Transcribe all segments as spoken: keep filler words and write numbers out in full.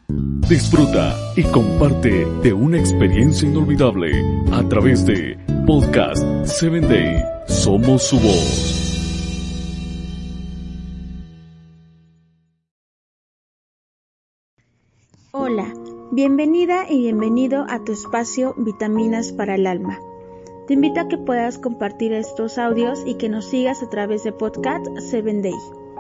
Disfruta y comparte de una experiencia inolvidable a través de Podcast Seven Day. Somos su voz. Hola, bienvenida y bienvenido a tu espacio Vitaminas para el Alma. Te invito a que puedas compartir estos audios y que nos sigas a través de Podcast Seven Day.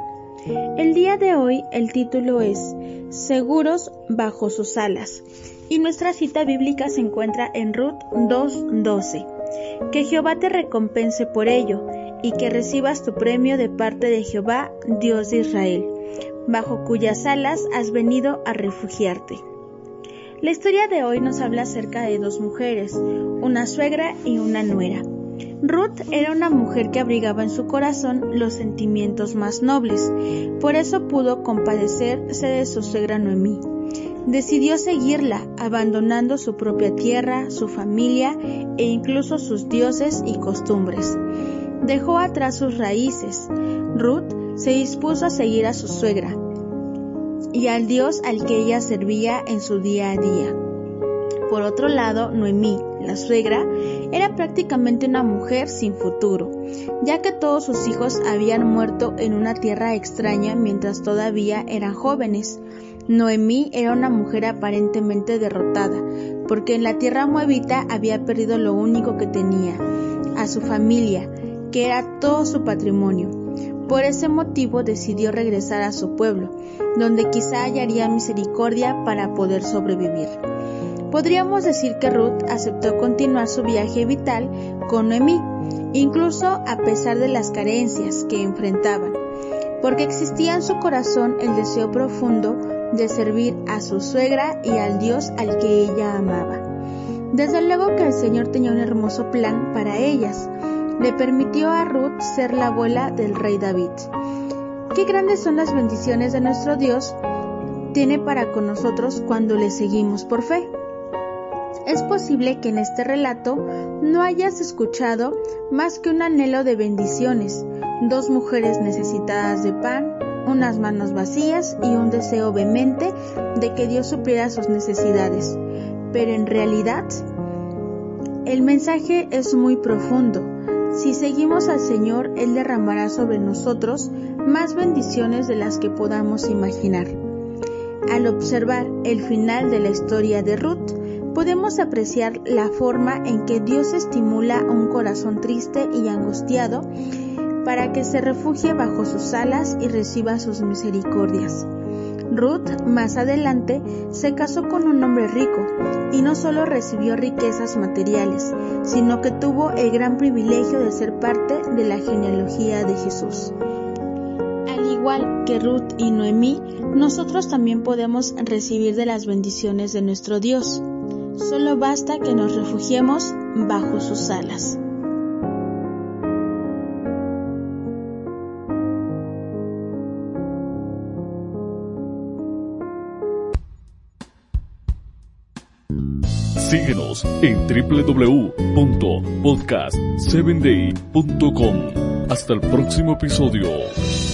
El día de hoy el título es Seguros bajo sus alas y nuestra cita bíblica se encuentra en Ruth dos doce. Que Jehová te recompense por ello y que recibas tu premio de parte de Jehová, Dios de Israel, bajo cuyas alas has venido a refugiarte. La historia de hoy nos habla acerca de dos mujeres, una suegra y una nuera. Ruth era una mujer que abrigaba en su corazón los sentimientos más nobles, por eso pudo compadecerse de su suegra Noemí. Decidió seguirla, abandonando su propia tierra, su familia e incluso sus dioses y costumbres. Dejó atrás sus raíces. Ruth se dispuso a seguir a su suegra y al Dios al que ella servía en su día a día. Por otro lado, Noemí, la suegra, era prácticamente una mujer sin futuro, ya que todos sus hijos habían muerto en una tierra extraña mientras todavía eran jóvenes. Noemí era una mujer aparentemente derrotada, porque en la tierra moabita había perdido lo único que tenía, a su familia, que era todo su patrimonio. Por ese motivo decidió regresar a su pueblo, donde quizá hallaría misericordia para poder sobrevivir. Podríamos decir que Ruth aceptó continuar su viaje vital con Noemí, incluso a pesar de las carencias que enfrentaban, porque existía en su corazón el deseo profundo de servir a su suegra y al Dios al que ella amaba. Desde luego que el Señor tenía un hermoso plan para ellas. Le permitió a Ruth ser la abuela del rey David. Qué grandes son las bendiciones de nuestro Dios tiene para con nosotros cuando le seguimos por fe. Es posible que en este relato no hayas escuchado más que un anhelo de bendiciones, dos mujeres necesitadas de pan, unas manos vacías y un deseo vehemente de que Dios supliera sus necesidades. Pero en realidad, el mensaje es muy profundo. Si seguimos al Señor, Él derramará sobre nosotros más bendiciones de las que podamos imaginar. Al observar el final de la historia de Ruth, podemos apreciar la forma en que Dios estimula a un corazón triste y angustiado para que se refugie bajo sus alas y reciba sus misericordias. Ruth, más adelante, se casó con un hombre rico y no solo recibió riquezas materiales, sino que tuvo el gran privilegio de ser parte de la genealogía de Jesús. Al igual que Ruth y Noemí, nosotros también podemos recibir de las bendiciones de nuestro Dios. Solo basta que nos refugiemos bajo sus alas. Síguenos en doble u doble u doble u punto podcast seven day punto com. Hasta el próximo episodio.